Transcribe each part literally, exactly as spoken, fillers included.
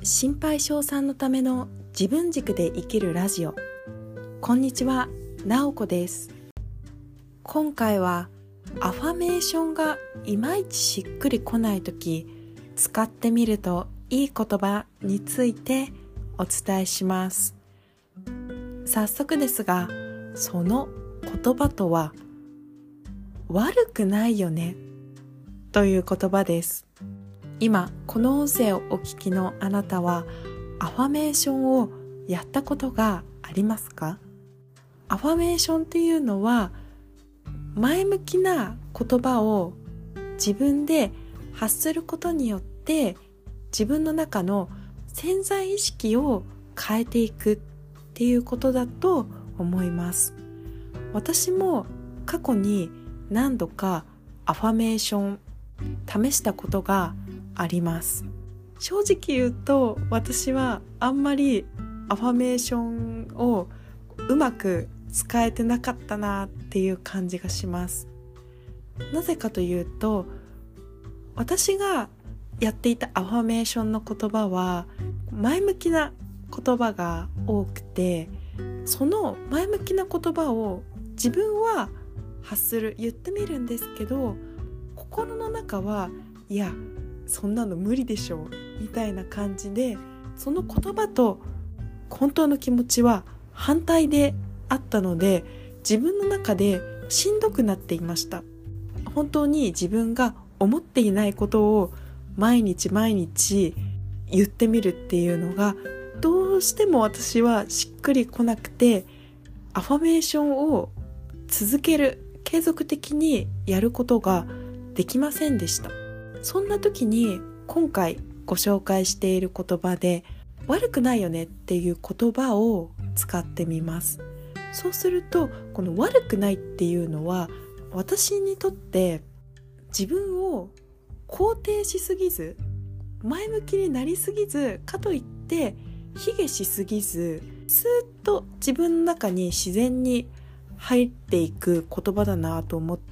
心配性さんのための自分軸で生きるラジオ。こんにちは、なおこです。今回はアファメーションがいまいちしっくりこないとき使ってみるといい言葉についてお伝えします。早速ですが、その言葉とは悪くないよねという言葉です。今この音声をお聞きのあなたはアファメーションをやったことがありますか？アファメーションっていうのは前向きな言葉を自分で発することによって自分の中の潜在意識を変えていくっていうことだと思います。私も過去に何度かアファメーション試したことがあります。正直言うと私はあんまりアファメーションをうまく使えてなかったなっていう感じがします。なぜかというと、私がやっていたアファメーションの言葉は前向きな言葉が多くて、その前向きな言葉を自分は発する言ってみるんですけど、心の中はいやそんなの無理でしょみたいな感じで、その言葉と本当の気持ちは反対であったので、自分の中でしんどくなっていました。本当に自分が思っていないことを毎日毎日言ってみるっていうのがどうしても私はしっくりこなくて、アファメーションを続ける、継続的にやることができませんでした。そんな時に今回ご紹介している言葉で悪くないよねっていう言葉を使ってみます。そうするとこの悪くないっていうのは私にとって自分を肯定しすぎず、前向きになりすぎず、かといって卑下しすぎず、スーッと自分の中に自然に入っていく言葉だなと思って、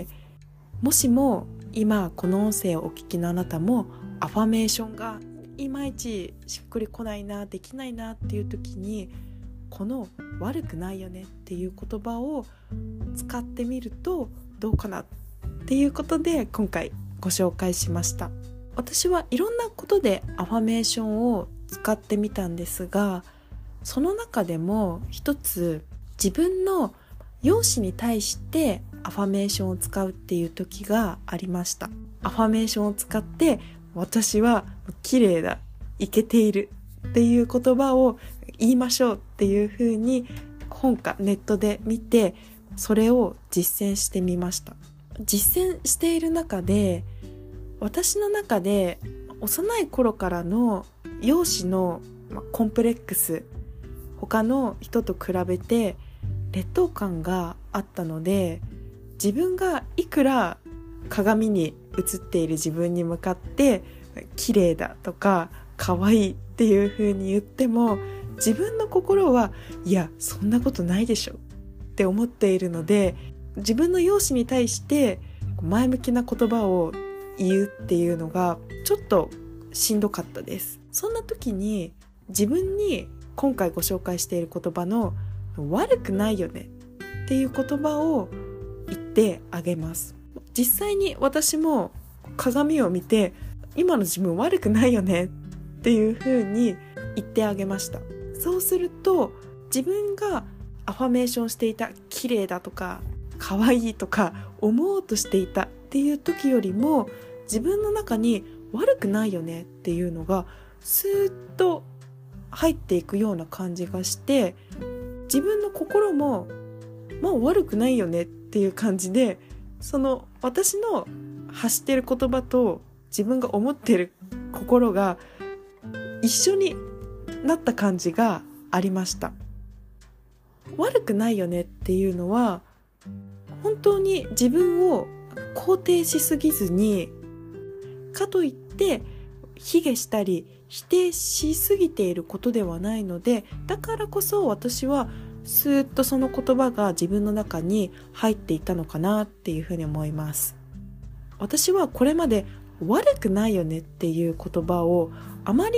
もしも今この音声をお聞きのあなたもアファメーションがいまいちしっくりこないな、できないなっていう時に、この悪くないよねっていう言葉を使ってみるとどうかなっていうことで今回ご紹介しました。私はいろんなことでアファメーションを使ってみたんですが、その中でも一つ自分の容姿に対してアファメーションを使うっていう時がありました。アファメーションを使って私は綺麗だ、イケているっていう言葉を言いましょうっていう風に本かネットで見て、それを実践してみました。実践している中で私の中で幼い頃からの容姿のコンプレックス、他の人と比べて劣等感があったので、自分がいくら鏡に映っている自分に向かって綺麗だとか可愛いっていう風に言っても、自分の心はいやそんなことないでしょって思っているので、自分の容姿に対して前向きな言葉を言うっていうのがちょっとしんどかったです。そんな時に自分に今回ご紹介している言葉の悪くないよねっていう言葉を言ってあげます。実際に私も鏡を見て今の自分悪くないよねっていう風に言ってあげました。そうすると自分がアファメーションしていた綺麗だとか可愛いとか思おうとしていたっていう時よりも、自分の中に悪くないよねっていうのがスーッと入っていくような感じがして、自分の心もまあ悪くないよねっていう感じで、その私の発している言葉と自分が思っている心が一緒になった感じがありました。悪くないよねっていうのは本当に自分を肯定しすぎずに、かといって卑下したり否定しすぎていることではないので、だからこそ私はスーッとその言葉が自分の中に入っていたのかなっていうふうに思います。私はこれまで悪くないよねっていう言葉をあまり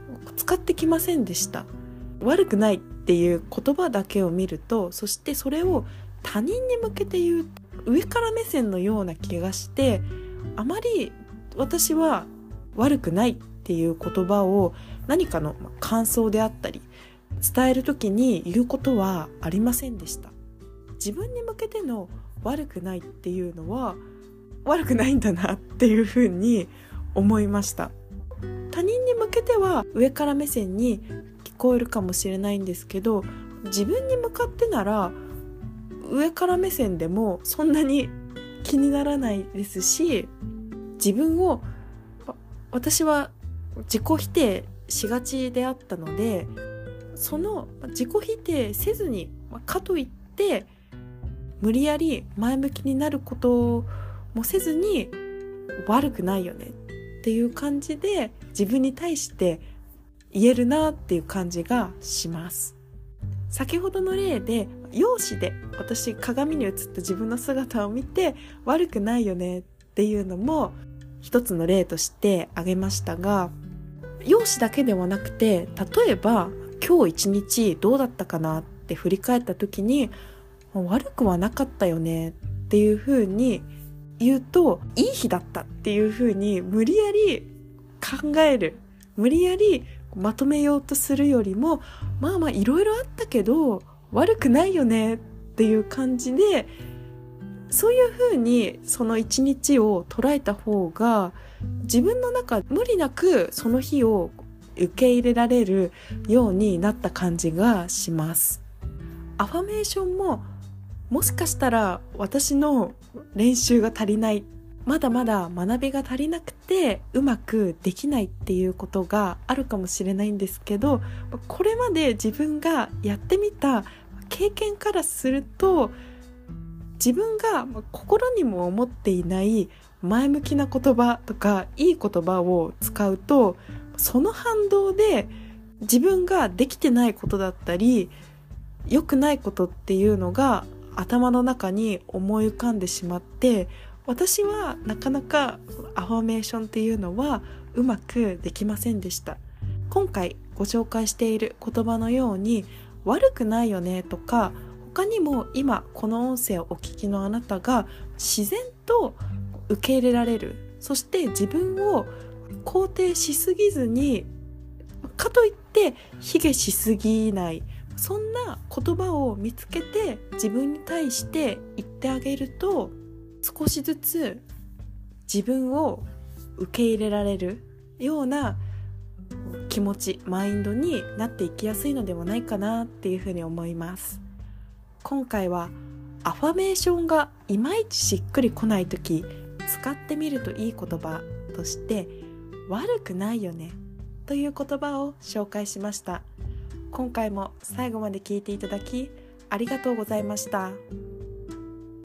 使ってきませんでした。悪くないっていう言葉だけを見ると、そしてそれを他人に向けて言う上から目線のような気がして、あまり私は悪くないっていう言葉を何かの感想であったり伝えるときに言うことはありませんでした。自分に向けての悪くないっていうのは悪くないんだなっていうふうに思いました。他人に向けては上から目線に聞こえるかもしれないんですけど、自分に向かってなら上から目線でもそんなに気にならないですし、自分を私は自己否定しがちであったので、その自己否定せずにかといって無理やり前向きになることもせずに悪くないよねっていう感じで自分に対して言えるなっていう感じがします。先ほどの例で容姿で私鏡に映った自分の姿を見て悪くないよねっていうのも一つの例として挙げましたが、容姿だけではなくて、例えば今日一日どうだったかなって振り返った時に悪くはなかったよねっていう風に言うと、いい日だったっていう風に無理やり考える、無理やりまとめようとするよりも、まあまあいろいろあったけど悪くないよねっていう感じで、そういう風にその一日を捉えた方が自分の中無理なくその日を受け入れられるようになった感じがします。アファメーションももしかしたら私の練習が足りない、まだまだ学びが足りなくてうまくできないっていうことがあるかもしれないんですけど、これまで自分がやってみた経験からすると、自分が心にも思っていない前向きな言葉とかいい言葉を使うと、その反動で自分ができてないことだったり良くないことっていうのが頭の中に思い浮かんでしまって、私はなかなかアファメーションっていうのはうまくできませんでした。今回ご紹介している言葉のように悪くないよねとか、他にも今この音声をお聞きのあなたが自然と受け入れられる、そして自分を肯定しすぎずにかといって卑下しすぎない、そんな言葉を見つけて自分に対して言ってあげると、少しずつ自分を受け入れられるような気持ち、マインドになっていきやすいのではないかなっていうふうに思います。今回はアファメーションがいまいちしっくりこないとき使ってみるといい言葉として悪くないよねという言葉を紹介しました。今回も最後まで聞いていただきありがとうございました。